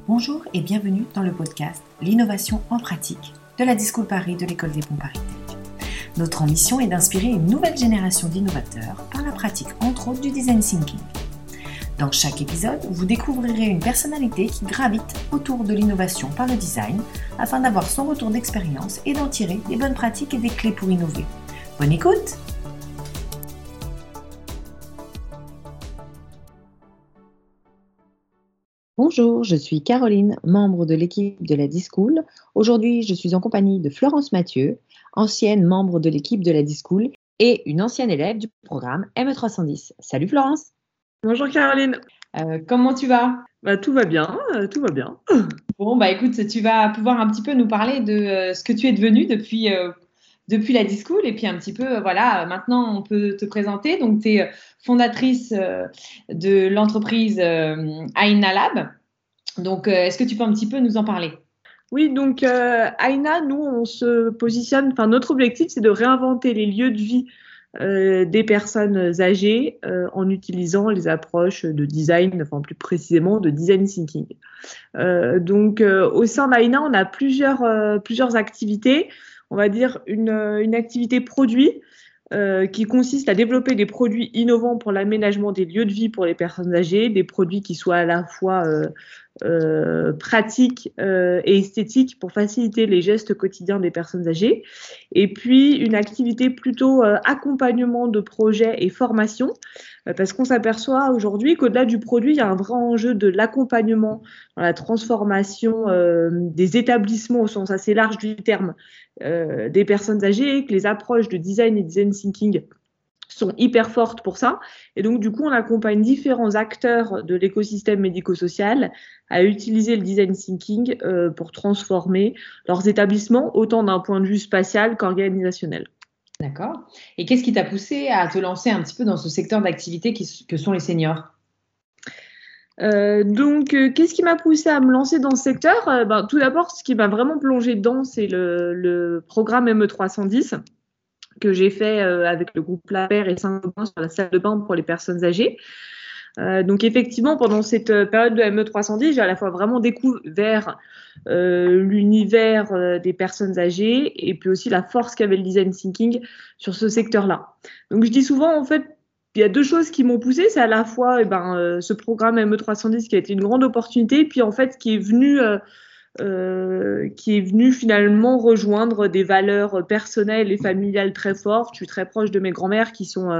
Bonjour et bienvenue dans le podcast L'innovation en pratique de la Discool Paris de l'École des Ponts Paris Tech. Notre ambition est d'inspirer une nouvelle génération d'innovateurs par la pratique entre autres du design thinking. Dans chaque épisode, vous découvrirez une personnalité qui gravite autour de l'innovation par le design afin d'avoir son retour d'expérience et d'en tirer des bonnes pratiques et des clés pour innover. Bonne écoute! Bonjour, je suis Caroline, membre de l'équipe de la Discool. Aujourd'hui, je suis en compagnie de Florence Mathieu, ancienne membre de l'équipe de la Discool et une ancienne élève du programme ME310. Salut Florence! Bonjour Caroline. Comment tu vas? Tout va bien, tout va bien. Bon, écoute, tu vas pouvoir un petit peu nous parler de ce que tu es devenue depuis la Discool et puis un petit peu, maintenant on peut te présenter. Donc, tu es fondatrice de l'entreprise Aina Lab. Donc, est-ce que tu peux un petit peu nous en parler? Oui, donc Aina, nous, on se positionne, notre objectif, c'est de réinventer les lieux de vie des personnes âgées en utilisant les approches de design, plus précisément de design thinking. Donc, au sein d'Aina, on a plusieurs activités. On va dire une activité produit qui consiste à développer des produits innovants pour l'aménagement des lieux de vie pour les personnes âgées, des produits qui soient à la fois pratiques et esthétiques pour faciliter les gestes quotidiens des personnes âgées. Et puis, une activité plutôt accompagnement de projets et formation, parce qu'on s'aperçoit aujourd'hui qu'au-delà du produit, il y a un vrai enjeu de l'accompagnement dans la transformation des établissements au sens assez large du terme, des personnes âgées, que les approches de design et design thinking sont hyper fortes pour ça. Et donc, du coup, on accompagne différents acteurs de l'écosystème médico-social à utiliser le design thinking pour transformer leurs établissements, autant d'un point de vue spatial qu'organisationnel. D'accord. Et qu'est-ce qui t'a poussé à te lancer un petit peu dans ce secteur d'activité que sont les seniors? Qu'est-ce qui m'a poussé à me lancer dans ce secteur? Tout d'abord, ce qui m'a vraiment plongé dedans, c'est le programme ME310 que j'ai fait avec le groupe La Paire et Saint-Gobain sur la salle de bain pour les personnes âgées. Donc effectivement, pendant cette période de ME310, j'ai à la fois vraiment découvert l'univers des personnes âgées et puis aussi la force qu'avait le design thinking sur ce secteur-là. Donc je dis souvent, en fait, il y a deux choses qui m'ont poussée. C'est à la fois ce programme ME310 qui a été une grande opportunité, puis en fait qui est venu finalement rejoindre des valeurs personnelles et familiales très fortes. Je suis très proche de mes grands-mères qui sont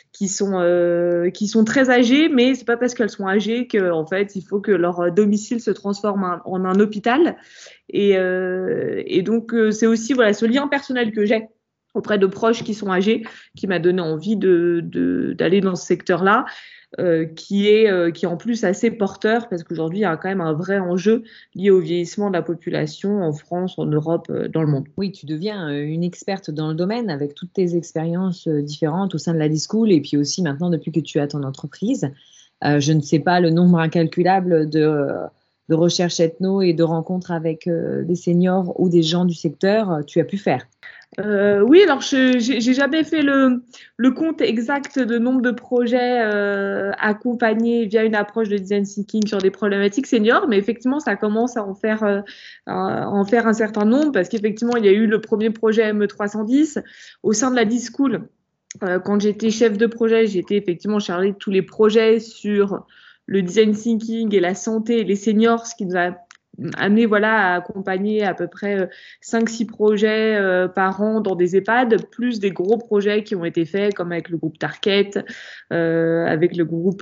très âgées, mais c'est pas parce qu'elles sont âgées qu'en fait il faut que leur domicile se transforme en un hôpital. Et donc c'est aussi ce lien personnel que j'ai auprès de proches qui sont âgés qui m'a donné envie d'aller dans ce secteur-là. Qui est en plus assez porteur parce qu'aujourd'hui il y a quand même un vrai enjeu lié au vieillissement de la population en France, en Europe, dans le monde. Oui, tu deviens une experte dans le domaine avec toutes tes expériences différentes au sein de la Discool et puis aussi maintenant depuis que tu as ton entreprise. Je ne sais pas le nombre incalculable de recherches ethno et de rencontres avec des seniors ou des gens du secteur tu as pu faire. Oui, alors j'ai jamais fait le compte exact de nombre de projets accompagnés via une approche de design thinking sur des problématiques seniors, mais effectivement, ça commence à en faire un certain nombre parce qu'effectivement, il y a eu le premier projet ME310 au sein de la Discool. Quand j'étais chef de projet, j'étais effectivement chargée de tous les projets sur le design thinking et la santé et les seniors, ce qui nous a amené à accompagner à peu près 5-6 projets par an dans des EHPAD, plus des gros projets qui ont été faits comme avec le groupe Target, avec le groupe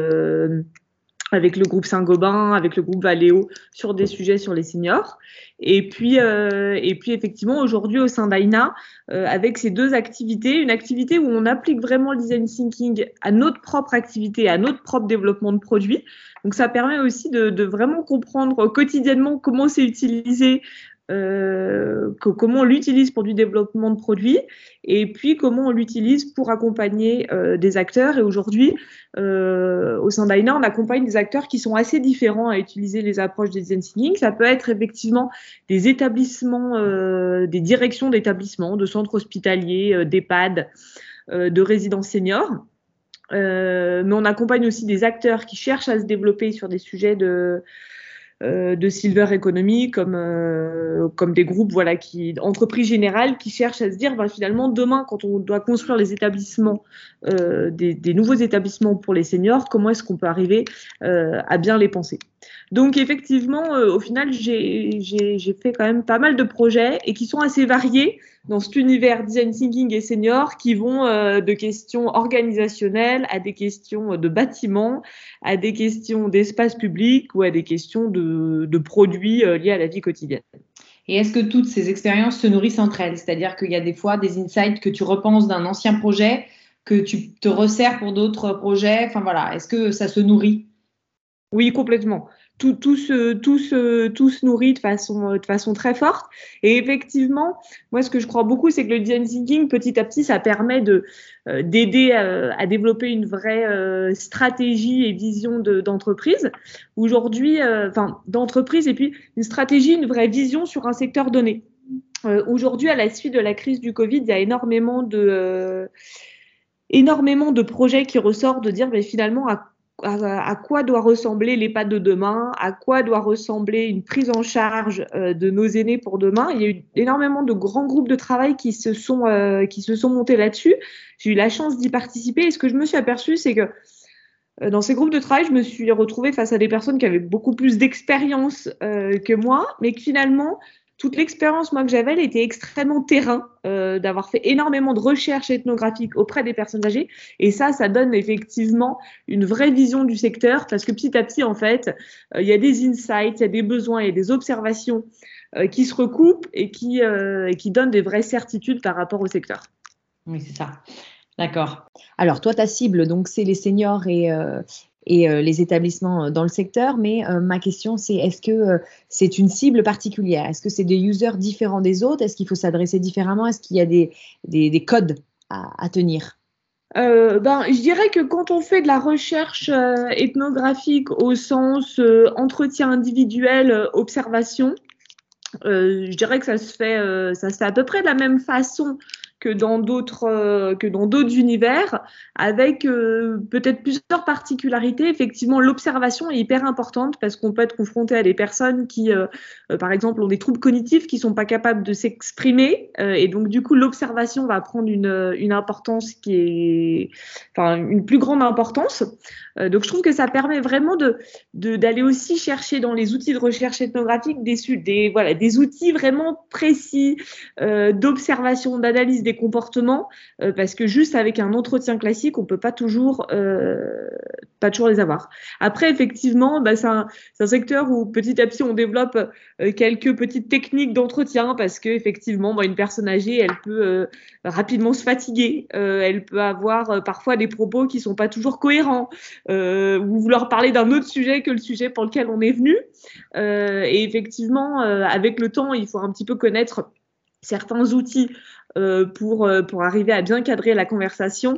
Saint-Gobain, avec le groupe Valeo sur des sujets sur les seniors. Et puis effectivement, aujourd'hui, au sein d'Aina, avec ces deux activités, une activité où on applique vraiment le design thinking à notre propre activité, à notre propre développement de produits. Donc, ça permet aussi de vraiment comprendre quotidiennement comment c'est utilisé, comment on l'utilise pour du développement de produits et puis comment on l'utilise pour accompagner des acteurs. Et aujourd'hui, au sein d'Aina, on accompagne des acteurs qui sont assez différents à utiliser les approches de design thinking. Ça peut être effectivement des établissements, des directions d'établissements, de centres hospitaliers, d'EHPAD, de résidences seniors. Mais on accompagne aussi des acteurs qui cherchent à se développer sur des sujets de de silver economy, comme des groupes entreprises générales qui cherchent à se dire finalement demain quand on doit construire les établissements, des nouveaux établissements pour les seniors, comment est-ce qu'on peut arriver à bien les penser. Donc effectivement, au final, j'ai fait quand même pas mal de projets et qui sont assez variés dans cet univers design thinking et senior, qui vont de questions organisationnelles à des questions de bâtiments, à des questions d'espace public ou à des questions de produits liés à la vie quotidienne. Et est-ce que toutes ces expériences se nourrissent entre elles? C'est-à-dire qu'il y a des fois des insights que tu repenses d'un ancien projet, que tu te resserres pour d'autres projets. Enfin voilà, est-ce que ça se nourrit? Oui, complètement. Tout se nourrit de façon très forte. Et effectivement, moi, ce que je crois beaucoup, c'est que le design thinking, petit à petit, ça permet d'aider à développer une vraie stratégie et vision d'entreprise. Aujourd'hui, d'entreprise, et puis une stratégie, une vraie vision sur un secteur donné. Aujourd'hui, à la suite de la crise du Covid, il y a énormément de projets qui ressortent de dire, mais finalement, à quoi doit ressembler l'EHPAD de demain, à quoi doit ressembler une prise en charge de nos aînés pour demain. Il y a eu énormément de grands groupes de travail qui se sont montés là-dessus. J'ai eu la chance d'y participer et ce que je me suis aperçue, c'est que dans ces groupes de travail, je me suis retrouvée face à des personnes qui avaient beaucoup plus d'expérience que moi, mais que finalement, toute l'expérience moi que j'avais, elle était extrêmement terrain, d'avoir fait énormément de recherches ethnographiques auprès des personnes âgées. Et ça donne effectivement une vraie vision du secteur parce que petit à petit, en fait, il y a des insights, il y a des besoins, il y a des observations qui se recoupent et qui donnent des vraies certitudes par rapport au secteur. Oui, c'est ça. D'accord. Alors, toi, ta cible, donc, c'est les seniors et les établissements dans le secteur, mais ma question, c'est est-ce que c'est une cible particulière? Est-ce que c'est des users différents des autres? Est-ce qu'il faut s'adresser différemment? Est-ce qu'il y a des codes à tenir? Je dirais que quand on fait de la recherche ethnographique au sens entretien individuel, observation, je dirais que ça se fait à peu près de la même façon que dans d'autres univers, avec peut-être plusieurs particularités. Effectivement, l'observation est hyper importante parce qu'on peut être confronté à des personnes qui, par exemple, ont des troubles cognitifs qui sont pas capables de s'exprimer, et donc du coup, l'observation va prendre une importance une plus grande importance. Donc, je trouve que ça permet vraiment d'aller aussi chercher dans les outils de recherche ethnographique des outils vraiment précis d'observation, d'analyse des comportements, parce que juste avec un entretien classique, on peut pas toujours les avoir. Après, effectivement, c'est un secteur où petit à petit on développe quelques petites techniques d'entretien, parce que effectivement, une personne âgée, elle peut rapidement se fatiguer, elle peut avoir parfois des propos qui sont pas toujours cohérents, ou vouloir parler d'un autre sujet que le sujet pour lequel on est venu. Et effectivement, avec le temps, il faut un petit peu connaître certains outils pour arriver à bien cadrer la conversation,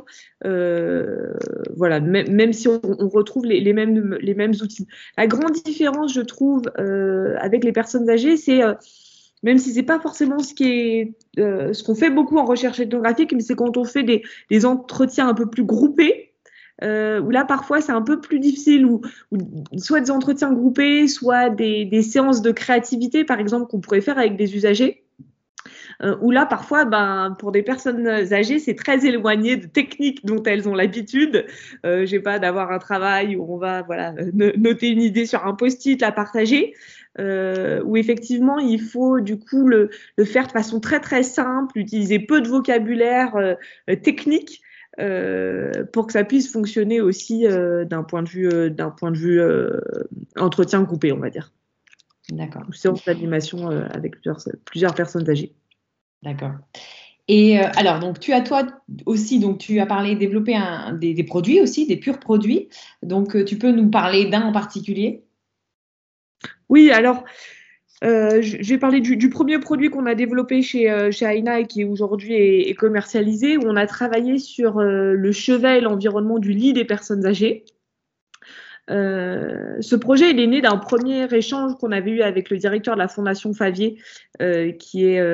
même si on retrouve les mêmes outils. La grande différence, je trouve, avec les personnes âgées, c'est même si c'est pas forcément ce qu'on fait beaucoup en recherche ethnographique, mais c'est quand on fait des entretiens un peu plus groupés, où là parfois c'est un peu plus difficile, ou soit des entretiens groupés, soit des séances de créativité, par exemple, qu'on pourrait faire avec des usagers. Où là, parfois, pour des personnes âgées, c'est très éloigné de techniques dont elles ont l'habitude. Je sais pas, d'avoir un travail où on va noter une idée sur un post-it, la partager, où effectivement, il faut du coup le faire de façon très très simple, utiliser peu de vocabulaire technique, pour que ça puisse fonctionner aussi d'un point de vue entretien groupé, on va dire. D'accord. Ou séance d'animation avec plusieurs personnes âgées. D'accord. Et alors, donc, tu as parlé développer des produits aussi, des purs produits. Donc, tu peux nous parler d'un en particulier? Oui, alors, je vais parler du premier produit qu'on a développé chez Aina et qui aujourd'hui est commercialisé, où on a travaillé sur le chevet et l'environnement du lit des personnes âgées. Ce projet, il est né d'un premier échange qu'on avait eu avec le directeur de la Fondation Favier, qui est,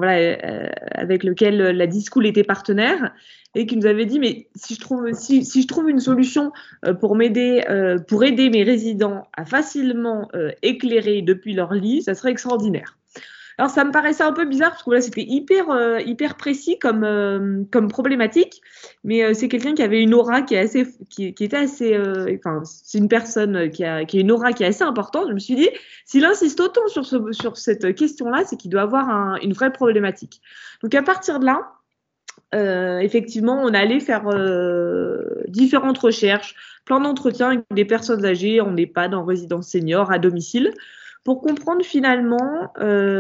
avec lequel la Discool était partenaire, et qui nous avait dit, mais si je trouve une solution pour aider mes résidents à facilement éclairer depuis leur lit, ça serait extraordinaire. Alors, ça me paraissait un peu bizarre parce que là, c'était hyper précis comme problématique, mais c'est quelqu'un qui avait une aura qui était assez, c'est une personne qui a une aura qui est assez importante. Je me suis dit, s'il insiste autant sur cette question-là, c'est qu'il doit avoir une vraie problématique. Donc, à partir de là, effectivement, on allait faire différentes recherches, plein d'entretiens avec des personnes âgées en EHPAD, en résidence senior, à domicile, pour comprendre finalement,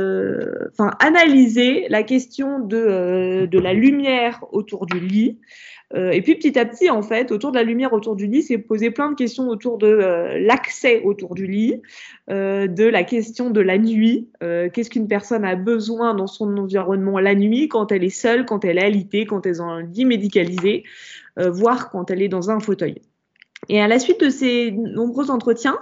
analyser la question de la lumière autour du lit. Et puis petit à petit, en fait, autour de la lumière autour du lit, c'est poser plein de questions autour de l'accès autour du lit, de la question de la nuit. Qu'est-ce qu'une personne a besoin dans son environnement la nuit, quand elle est seule, quand elle est alitée, quand elle est dans un lit médicalisé, voire quand elle est dans un fauteuil. Et à la suite de ces nombreux entretiens,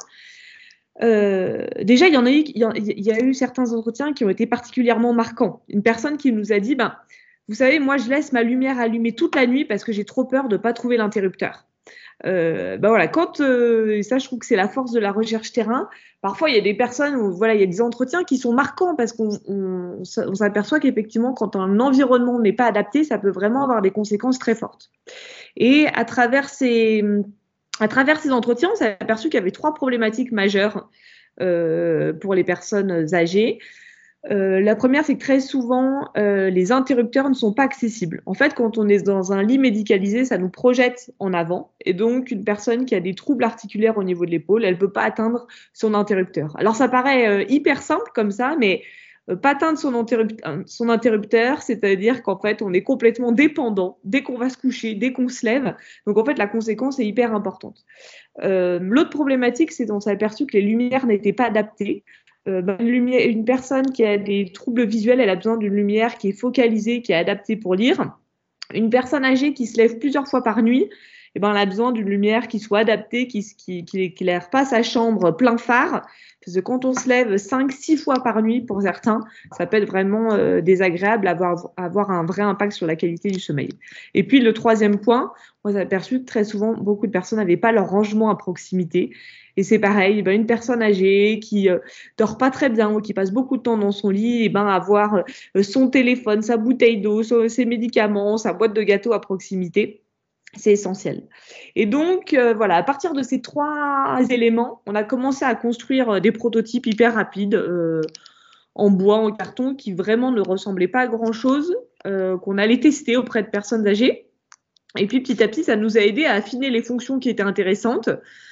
déjà, il y a eu certains entretiens qui ont été particulièrement marquants. Une personne qui nous a dit, vous savez, moi, je laisse ma lumière allumée toute la nuit parce que j'ai trop peur de ne pas trouver l'interrupteur. Voilà, et ça, je trouve que c'est la force de la recherche terrain. Parfois, il y a des personnes où, voilà, il y a des entretiens qui sont marquants parce qu'on s'aperçoit qu'effectivement, quand un environnement n'est pas adapté, ça peut vraiment avoir des conséquences très fortes. Et à travers ces entretiens, on s'est aperçu qu'il y avait 3 problématiques majeures pour les personnes âgées. La première, c'est que très souvent, les interrupteurs ne sont pas accessibles. En fait, quand on est dans un lit médicalisé, ça nous projette en avant. Et donc, une personne qui a des troubles articulaires au niveau de l'épaule, elle ne peut pas atteindre son interrupteur. Alors, ça paraît hyper simple comme ça, mais pas atteindre son interrupteur, c'est-à-dire qu'en fait, on est complètement dépendant dès qu'on va se coucher, dès qu'on se lève. Donc, en fait, la conséquence est hyper importante. L'autre problématique, c'est qu'on s'est aperçu que les lumières n'étaient pas adaptées. Une personne qui a des troubles visuels, elle a besoin d'une lumière qui est focalisée, qui est adaptée pour lire. Une personne âgée qui se lève plusieurs fois par nuit, elle a besoin d'une lumière qui soit adaptée, qui n'éclaire pas sa chambre plein phare. Parce que quand on se lève 5-6 fois par nuit, pour certains, ça peut être vraiment désagréable, avoir un vrai impact sur la qualité du sommeil. Et puis, le troisième point, on s'est aperçu que très souvent, beaucoup de personnes n'avaient pas leur rangement à proximité. Et c'est pareil, une personne âgée qui dort pas très bien ou qui passe beaucoup de temps dans son lit, avoir son téléphone, sa bouteille d'eau, ses médicaments, sa boîte de gâteaux à proximité, c'est essentiel. Et donc, voilà, à partir de ces 3 éléments, on a commencé à construire des prototypes hyper rapides en bois, en carton, qui vraiment ne ressemblaient pas à grand-chose, qu'on allait tester auprès de personnes âgées. Et puis, petit à petit, ça nous a aidé à affiner les fonctions qui étaient intéressantes,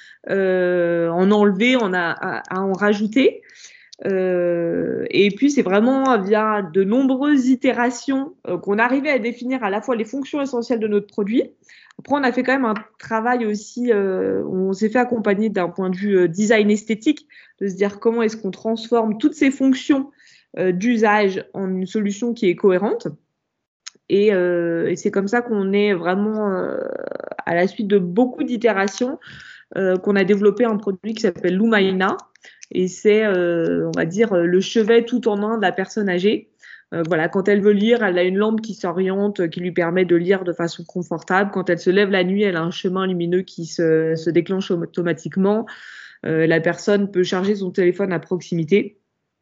en enlever, à en rajouter. Et puis, c'est vraiment via de nombreuses itérations qu'on arrivait à définir à la fois les fonctions essentielles de notre produit. Après, on a fait quand même un travail aussi, on s'est fait accompagner d'un point de vue design esthétique, de se dire comment est-ce qu'on transforme toutes ces fonctions d'usage en une solution qui est cohérente. Et c'est comme ça qu'on est vraiment, à la suite de beaucoup d'itérations, qu'on a développé un produit qui s'appelle Lumaina. Et c'est, on va dire, le chevet tout en un de la personne âgée. Voilà, quand elle veut lire, elle a une lampe qui s'oriente, qui lui permet de lire de façon confortable. Quand elle se lève la nuit, elle a un chemin lumineux qui se déclenche automatiquement. La personne peut charger son téléphone à proximité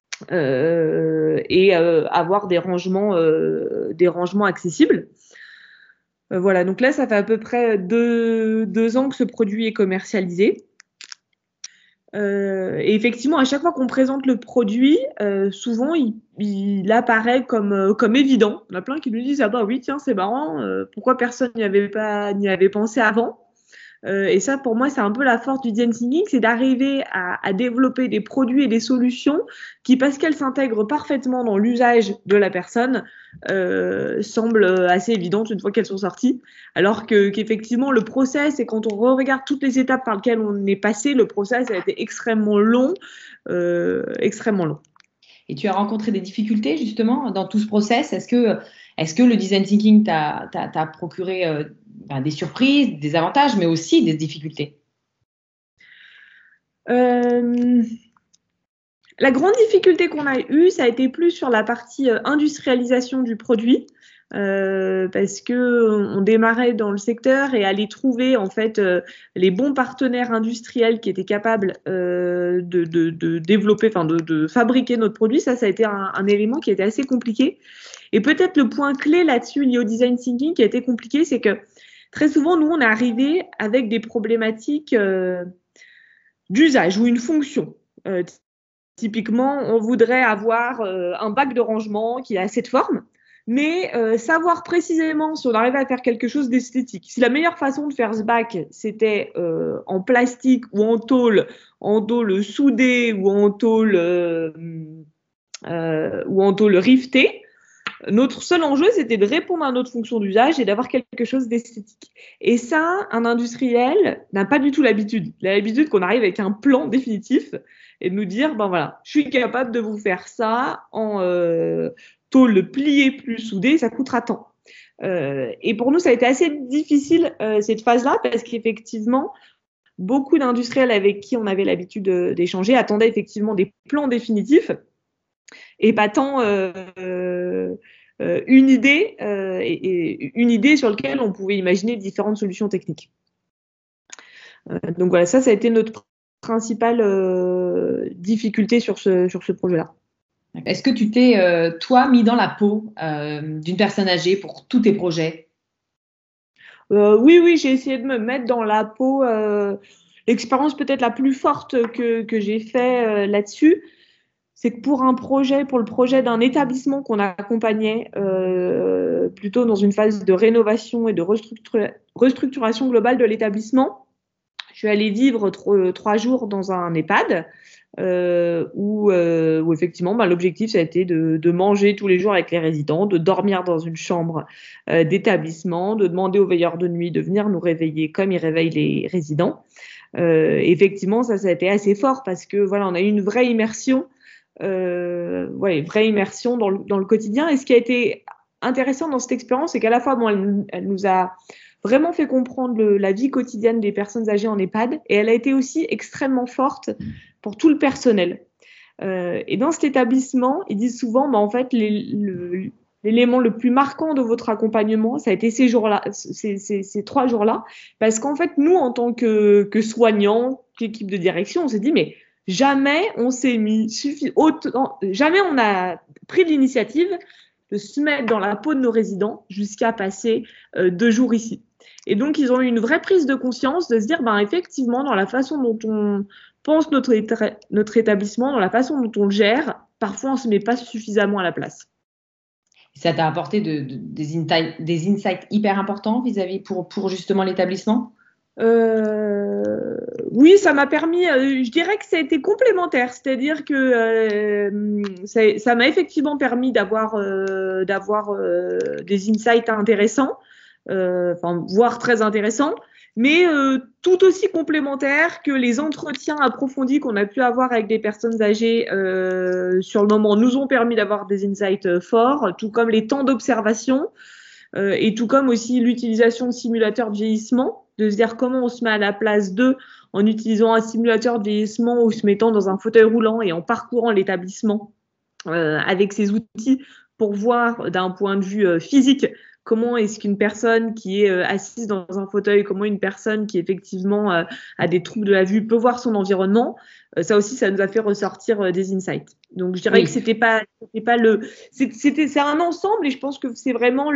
et avoir des rangements accessibles. Voilà, donc là, ça fait à peu près 2 ans que ce produit est commercialisé. Et effectivement, à chaque fois qu'on présente le produit, souvent il apparaît comme évident. Il y en a plein qui nous disent ah bah oui tiens c'est marrant, pourquoi personne n'y avait pensé avant. Et ça pour moi c'est un peu la force du design thinking, c'est d'arriver à développer des produits et des solutions qui, parce qu'elles s'intègrent parfaitement dans l'usage de la personne, semblent assez évidentes une fois qu'elles sont sorties. Alors qu'effectivement, le process, et quand on regarde toutes les étapes par lesquelles on est passé, le process a été extrêmement long, extrêmement long. Et tu as rencontré des difficultés justement dans tout ce process? Est-ce que le design thinking t'a procuré des surprises, des avantages, mais aussi des difficultés? La grande difficulté qu'on a eue, ça a été plus sur la partie industrialisation du produit, parce que on démarrait dans le secteur et aller trouver en fait les bons partenaires industriels qui étaient capables de développer, enfin de fabriquer notre produit. Ça a été un élément qui était assez compliqué. Et peut-être le point clé là-dessus lié au design thinking qui a été compliqué, c'est que très souvent, nous, on est arrivé avec des problématiques d'usage ou une fonction. Typiquement, on voudrait avoir un bac de rangement qui a cette forme, mais savoir précisément si on arrivait à faire quelque chose d'esthétique. Si la meilleure façon de faire ce bac, c'était en plastique ou en tôle soudée ou en tôle rivetée, notre seul enjeu, c'était de répondre à notre fonction d'usage et d'avoir quelque chose d'esthétique. Et ça, un industriel n'a pas du tout l'habitude. Il a l'habitude qu'on arrive avec un plan définitif et de nous dire, ben voilà, je suis capable de vous faire ça en tôle pliée plus soudée, ça coûtera tant. Et pour nous, ça a été assez difficile cette phase-là parce qu'effectivement, beaucoup d'industriels avec qui on avait l'habitude d'échanger attendaient effectivement des plans définitifs et pas tant une idée et une idée sur laquelle on pouvait imaginer différentes solutions techniques. Donc voilà, ça a été notre principale difficulté sur ce projet-là. Est-ce que tu t'es, toi, mis dans la peau d'une personne âgée pour tous tes projets? Oui, j'ai essayé de me mettre dans la peau. L'expérience peut-être la plus forte que j'ai fait là-dessus, c'est que pour le projet d'un établissement qu'on accompagnait plutôt dans une phase de rénovation et de restructuration globale de l'établissement, je suis allée vivre 3 jours dans un EHPAD où effectivement l'objectif ça a été de manger tous les jours avec les résidents, de dormir dans une chambre d'établissement, de demander aux veilleurs de nuit de venir nous réveiller comme ils réveillent les résidents. Effectivement, ça a été assez fort parce que voilà, on a eu une vraie immersion dans le quotidien. Et ce qui a été intéressant dans cette expérience, c'est qu'à la fois, elle nous a vraiment fait comprendre la vie quotidienne des personnes âgées en EHPAD, et elle a été aussi extrêmement forte pour tout le personnel. Et dans cet établissement, ils disent souvent, en fait, l'élément le plus marquant de votre accompagnement, ça a été ces 3 jours-là, parce qu'en fait, nous, en tant que soignants, qu'équipe de direction, on s'est dit, mais jamais on a pris l'initiative de se mettre dans la peau de nos résidents jusqu'à passer 2 jours ici. Et donc, ils ont eu une vraie prise de conscience de se dire, effectivement, dans la façon dont on pense notre établissement, dans la façon dont on le gère, parfois on ne se met pas suffisamment à la place. Ça t'a apporté des insights hyper importants vis-à-vis pour justement l'établissement? Oui, ça m'a permis, je dirais que ça a été complémentaire, c'est-à-dire que ça m'a effectivement permis d'avoir des insights intéressants, voire très intéressants, mais tout aussi complémentaires que les entretiens approfondis qu'on a pu avoir avec des personnes âgées sur le moment nous ont permis d'avoir des insights forts, tout comme les temps d'observation et tout comme aussi l'utilisation de simulateurs de vieillissement, de se dire comment on se met à la place d'eux en utilisant un simulateur de vieillissement ou se mettant dans un fauteuil roulant et en parcourant l'établissement avec ces outils pour voir d'un point de vue physique comment est-ce qu'une personne qui est assise dans un fauteuil, comment une personne qui effectivement a des troubles de la vue peut voir son environnement. Ça aussi, ça nous a fait ressortir des insights. Donc, je dirais que c'est un ensemble, et je pense que c'est vraiment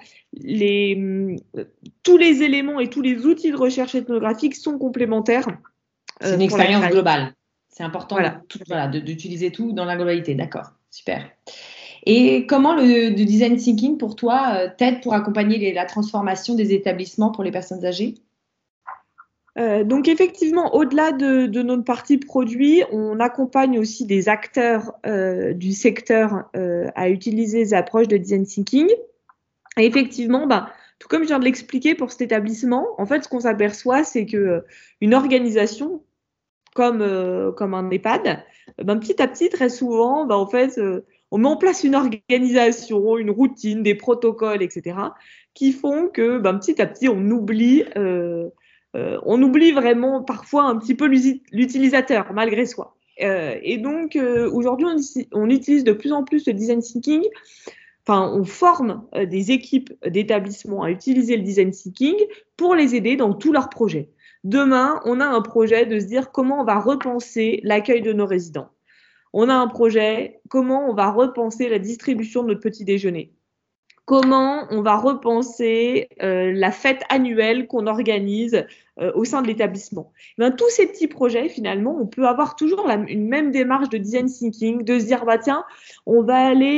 tous les éléments et tous les outils de recherche ethnographique sont complémentaires. C'est une expérience globale. C'est important d'utiliser tout dans la globalité. D'accord, super. Et comment le design thinking, pour toi, t'aide pour accompagner la transformation des établissements pour les personnes âgées? Donc effectivement, au-delà de notre partie produit, on accompagne aussi des acteurs du secteur à utiliser les approches de design thinking. Et effectivement, tout comme je viens de l'expliquer pour cet établissement, en fait, ce qu'on s'aperçoit, c'est que une organisation comme un EHPAD, petit à petit, très souvent, en fait, on met en place une organisation, une routine, des protocoles, etc., qui font que petit à petit, on oublie on oublie vraiment parfois un petit peu l'utilisateur malgré soi. Et donc aujourd'hui, on utilise de plus en plus le design thinking. Enfin, on forme des équipes d'établissements à utiliser le design thinking pour les aider dans tous leurs projets. Demain, on a un projet de se dire comment on va repenser l'accueil de nos résidents. On a un projet, comment on va repenser la distribution de notre petit déjeuner. Comment on va repenser la fête annuelle qu'on organise au sein de l'établissement. Tous ces petits projets, finalement, on peut avoir toujours une même démarche de design thinking, de se dire, bah tiens, on va aller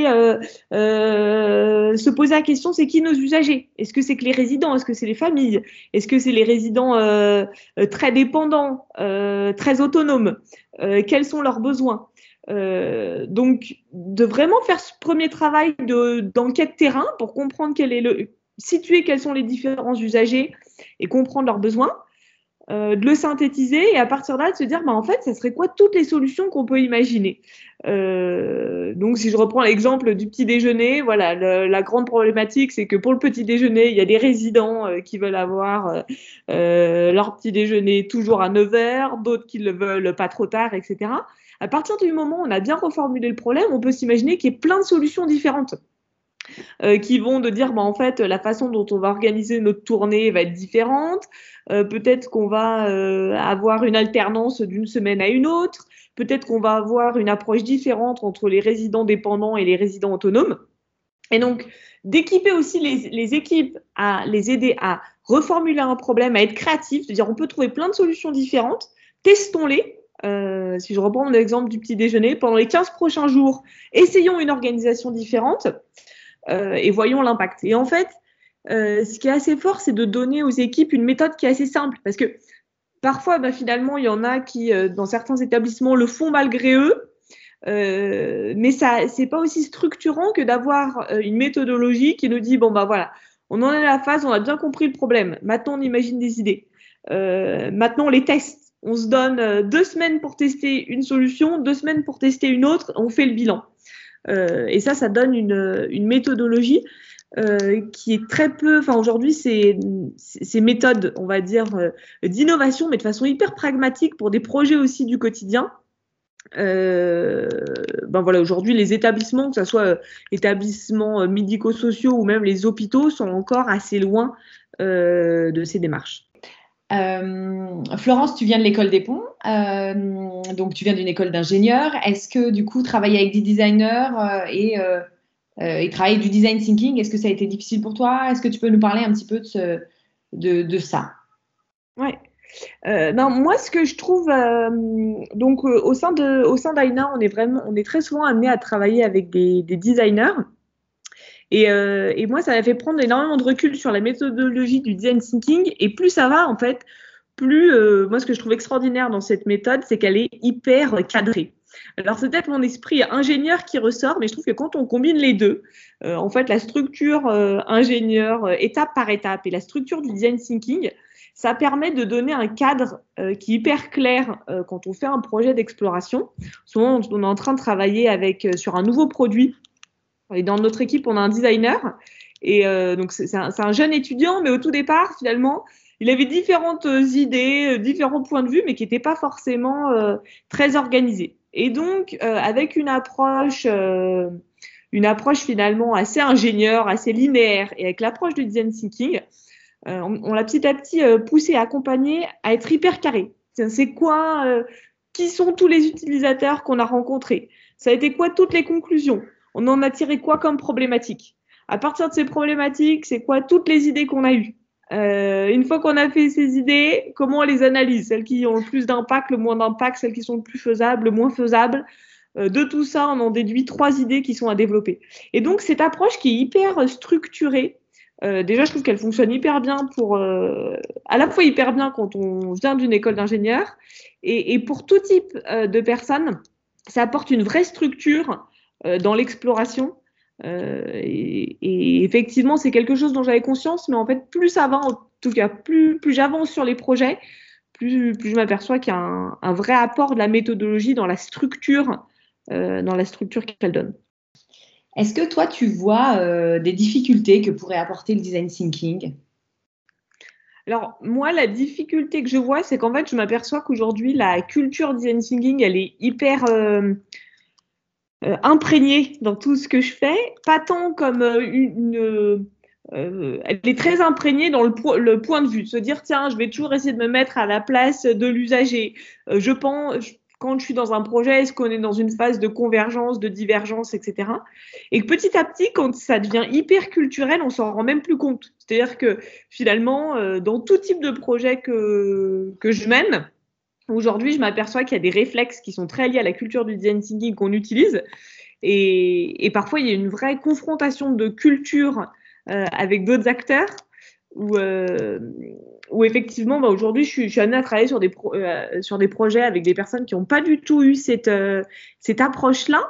se poser la question, c'est qui nos usagers? Est-ce que c'est que les résidents? Est-ce que c'est les familles? Est-ce que c'est les résidents très dépendants, très autonomes? Quels sont leurs besoins? Donc, de vraiment faire ce premier travail d'enquête terrain pour comprendre situer quels sont les différents usagers et comprendre leurs besoins, de le synthétiser et à partir de là, de se dire, en fait, ça serait quoi toutes les solutions qu'on peut imaginer. Donc, si je reprends l'exemple du petit déjeuner, voilà, la grande problématique, c'est que pour le petit déjeuner, il y a des résidents qui veulent avoir leur petit déjeuner toujours à 9h, d'autres qui le veulent pas trop tard, etc. À partir du moment où on a bien reformulé le problème, on peut s'imaginer qu'il y ait plein de solutions différentes qui vont de dire, en fait, la façon dont on va organiser notre tournée va être différente. Peut-être qu'on va avoir une alternance d'une semaine à une autre. Peut-être qu'on va avoir une approche différente entre les résidents dépendants et les résidents autonomes. Et donc, d'équiper aussi les équipes à les aider à reformuler un problème, à être créatifs, de dire on peut trouver plein de solutions différentes, testons-les. Si je reprends mon exemple du petit déjeuner, pendant les 15 prochains jours, essayons une organisation différente et voyons l'impact. Et en fait, ce qui est assez fort, c'est de donner aux équipes une méthode qui est assez simple. Parce que parfois, finalement, il y en a qui, dans certains établissements, le font malgré eux. Mais ça, c'est pas aussi structurant que d'avoir une méthodologie qui nous dit, voilà, on en est à la phase, on a bien compris le problème. Maintenant, on imagine des idées. Maintenant, on les teste. On se donne 2 semaines pour tester une solution, 2 semaines pour tester une autre, on fait le bilan. Et ça donne une méthodologie qui est très peu, aujourd'hui, ces méthodes, on va dire, d'innovation, mais de façon hyper pragmatique pour des projets aussi du quotidien. Aujourd'hui, les établissements, que ce soit établissements médico-sociaux ou même les hôpitaux, sont encore assez loin de ces démarches. Florence, tu viens de l'école des ponts, donc tu viens d'une école d'ingénieurs. Est-ce que du coup, travailler avec des designers et travailler du design thinking, est-ce que ça a été difficile pour toi? Est-ce que tu peux nous parler un petit peu de ça? Ouais. Moi, ce que je trouve, au sein d'Aina, on est très souvent amené à travailler avec des designers. Et moi, ça m'a fait prendre énormément de recul sur la méthodologie du design thinking. Et plus ça va, en fait, plus moi, ce que je trouve extraordinaire dans cette méthode, c'est qu'elle est hyper cadrée. Alors, c'est peut-être mon esprit ingénieur qui ressort, mais je trouve que quand on combine les deux, en fait, la structure ingénieur, étape par étape, et la structure du design thinking, ça permet de donner un cadre qui est hyper clair quand on fait un projet d'exploration. Souvent, on est en train de travailler sur un nouveau produit. Et dans notre équipe, on a un designer. Et donc, c'est un jeune étudiant, mais au tout départ, finalement, il avait différentes idées, différents points de vue, mais qui n'étaient pas forcément très organisés. Et donc, avec une approche finalement assez ingénieure, assez linéaire, et avec l'approche du design thinking, on l'a petit à petit poussé, accompagné à être hyper carré. C'est quoi qui sont tous les utilisateurs qu'on a rencontrés? Ça a été quoi toutes les conclusions? On en a tiré quoi comme problématique? À partir de ces problématiques, c'est quoi toutes les idées qu'on a eues? Une fois qu'on a fait ces idées, comment on les analyse? Celles qui ont le plus d'impact, le moins d'impact, celles qui sont le plus faisables, le moins faisables. De tout ça, on en déduit 3 idées qui sont à développer. Et donc, cette approche qui est hyper structurée, déjà, je trouve qu'elle fonctionne hyper bien à la fois hyper bien quand on vient d'une école d'ingénieur et pour tout type de personnes, ça apporte une vraie structure dans l'exploration. Et effectivement, c'est quelque chose dont j'avais conscience, mais en fait, plus ça va, en tout cas, plus j'avance sur les projets, plus je m'aperçois qu'il y a un vrai apport de la méthodologie dans la structure qu'elle donne. Est-ce que toi, tu vois des difficultés que pourrait apporter le design thinking? Alors, moi, la difficulté que je vois, c'est qu'en fait, je m'aperçois qu'aujourd'hui, la culture design thinking, elle est hyper imprégnée dans tout ce que je fais. Pas tant comme elle est très imprégnée dans le point de vue, de se dire, tiens, je vais toujours essayer de me mettre à la place de l'usager. Je pense, quand je suis dans un projet, est-ce qu'on est dans une phase de convergence, de divergence, etc. Et que petit à petit, quand ça devient hyper culturel, on s'en rend même plus compte. C'est-à-dire que finalement, dans tout type de projet que je mène, aujourd'hui, je m'aperçois qu'il y a des réflexes qui sont très liés à la culture du design thinking qu'on utilise. Et parfois, il y a une vraie confrontation de culture avec d'autres acteurs où effectivement, aujourd'hui, je suis amenée à travailler sur des projets avec des personnes qui n'ont pas du tout eu cette approche-là.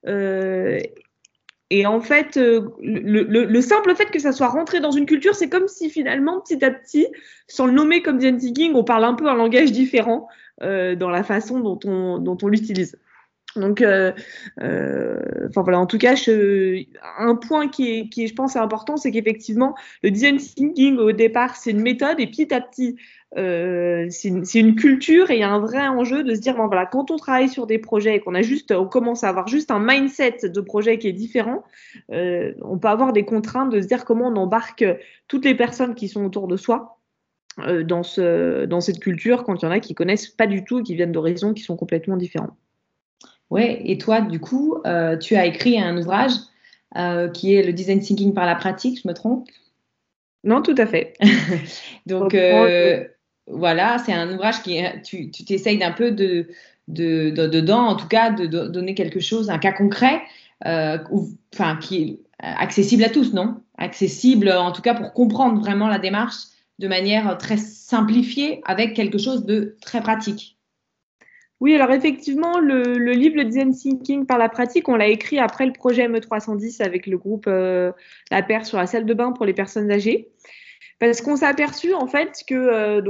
Et en fait, le simple fait que ça soit rentré dans une culture, c'est comme si finalement, petit à petit, sans le nommer comme design thinking, on parle un peu un langage différent dans la façon dont on l'utilise. Donc, voilà, en tout cas, un point qui est, je pense, important, c'est qu'effectivement, le design thinking, au départ, c'est une méthode et petit à petit, c'est une culture et il y a un vrai enjeu de se dire, bon, voilà, quand on travaille sur des projets et on commence à avoir juste un mindset de projet qui est différent, on peut avoir des contraintes de se dire comment on embarque toutes les personnes qui sont autour de soi dans cette culture quand il y en a qui connaissent pas du tout et qui viennent d'horizons qui sont complètement différents. Ouais, et toi, du coup, tu as écrit un ouvrage qui est le design thinking par la pratique, je me trompe? Non, tout à fait. Donc, voilà, c'est un ouvrage qui tu t'essayes d'un peu dedans, en tout cas, de donner quelque chose, un cas concret, qui est accessible à tous, non? Accessible, en tout cas, pour comprendre vraiment la démarche de manière très simplifiée, avec quelque chose de très pratique. Oui, alors effectivement, le livre Le Design Thinking par la pratique, on l'a écrit après le projet ME310 avec le groupe La Paire sur la salle de bain pour les personnes âgées. Parce qu'on s'est aperçu en fait que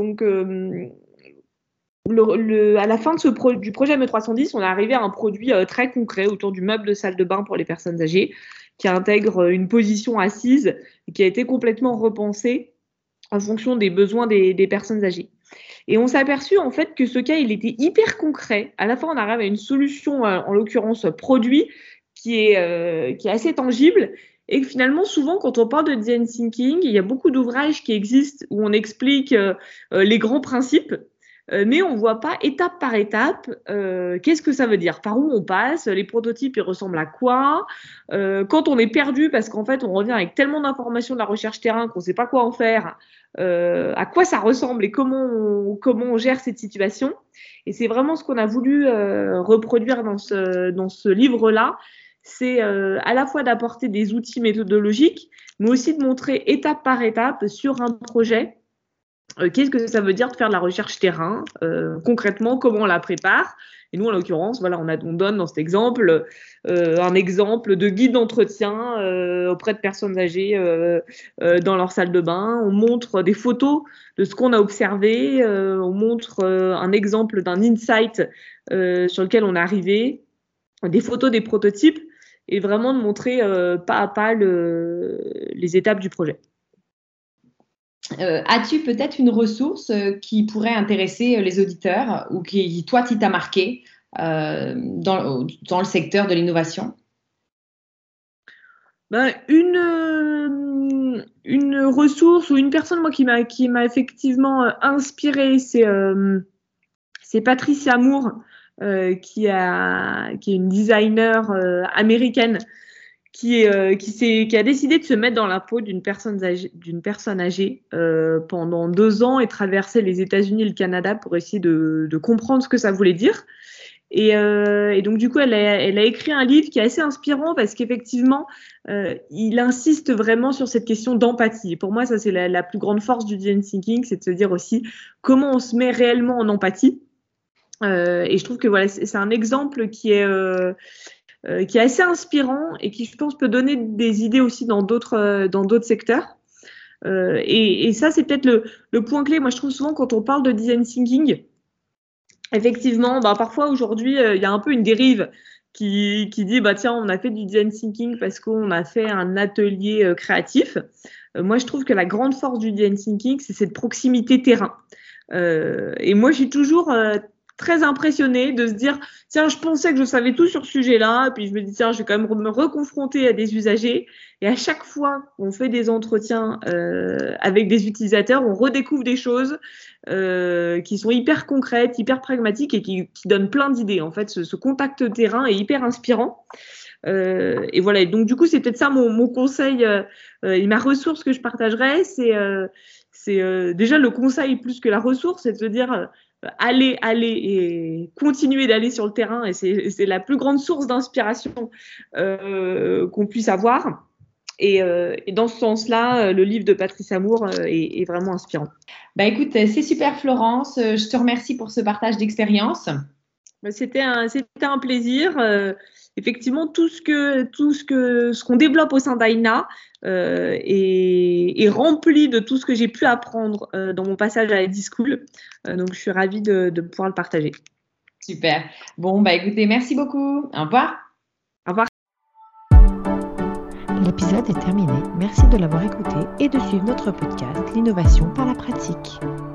à la fin du projet ME310, on est arrivé à un produit très concret autour du meuble de salle de bain pour les personnes âgées qui intègre une position assise et qui a été complètement repensée en fonction des besoins des personnes âgées. Et on s'est aperçu en fait que ce cas, il était hyper concret. À la fois, on arrive à une solution, en l'occurrence produit, qui est assez tangible. Et que finalement, souvent, quand on parle de design thinking, il y a beaucoup d'ouvrages qui existent où on explique les grands principes, mais on ne voit pas étape par étape qu'est-ce que ça veut dire, par où on passe, les prototypes, ils ressemblent à quoi, quand on est perdu parce qu'en fait, on revient avec tellement d'informations de la recherche terrain qu'on ne sait pas quoi en faire, à quoi ça ressemble et comment on gère cette situation. Et c'est vraiment ce qu'on a voulu reproduire dans ce livre-là, c'est à la fois d'apporter des outils méthodologiques, mais aussi de montrer étape par étape sur un projet qu'est-ce que ça veut dire de faire de la recherche terrain, concrètement, comment on la prépare. Et nous, en l'occurrence, voilà, on donne dans cet exemple un exemple de guide d'entretien auprès de personnes âgées dans leur salle de bain. On montre des photos de ce qu'on a observé. On montre un exemple d'un insight sur lequel on est arrivé, des photos des prototypes et vraiment de montrer pas à pas les étapes du projet. As-tu peut-être une ressource qui pourrait intéresser les auditeurs ou qui, toi, t'a marqué dans le secteur de l'innovation? Une ressource ou une personne moi qui m'a effectivement inspirée, c'est Patricia Moore, qui est une designer américaine qui a décidé de se mettre dans la peau d'une personne âgée pendant 2 ans et traverser les États-Unis et le Canada pour essayer de comprendre ce que ça voulait dire. Et donc du coup, elle a écrit un livre qui est assez inspirant parce qu'effectivement, il insiste vraiment sur cette question d'empathie. Et pour moi, ça c'est la plus grande force du design thinking, c'est de se dire aussi comment on se met réellement en empathie. Et je trouve que voilà, c'est un exemple qui est assez inspirant et qui, je pense, peut donner des idées aussi dans d'autres secteurs. Et ça, c'est peut-être le point clé. Moi, je trouve souvent quand on parle de design thinking, effectivement, parfois aujourd'hui, il y a un peu une dérive qui dit bah tiens, on a fait du design thinking parce qu'on a fait un atelier créatif. Moi, je trouve que la grande force du design thinking, c'est cette proximité terrain. Et moi, je suis toujours très impressionnée de se dire tiens, je pensais que je savais tout sur ce sujet-là, puis je me dis tiens, je vais quand même me reconfronter à des usagers. Et à chaque fois qu'on fait des entretiens avec des utilisateurs, on redécouvre des choses qui sont hyper concrètes, hyper pragmatiques et qui donnent plein d'idées. En fait, ce contact terrain est hyper inspirant. Et voilà. Et donc du coup, c'est peut-être ça mon conseil et ma ressource que je partagerais, c'est déjà le conseil plus que la ressource, c'est de se dire aller et continuer d'aller sur le terrain, et c'est la plus grande source d'inspiration qu'on puisse avoir. Et dans ce sens-là, le livre de Patrice Amour est vraiment inspirant. Bah écoute, c'est super Florence, je te remercie pour ce partage d'expérience. C'était un plaisir. Effectivement, tout ce qu'on développe au sein d'Aina est rempli de tout ce que j'ai pu apprendre dans mon passage à Eddy School. Donc, je suis ravie de pouvoir le partager. Super. Bon, bah écoutez, merci beaucoup. Au revoir. Au revoir. L'épisode est terminé. Merci de l'avoir écouté et de suivre notre podcast, L'innovation par la pratique.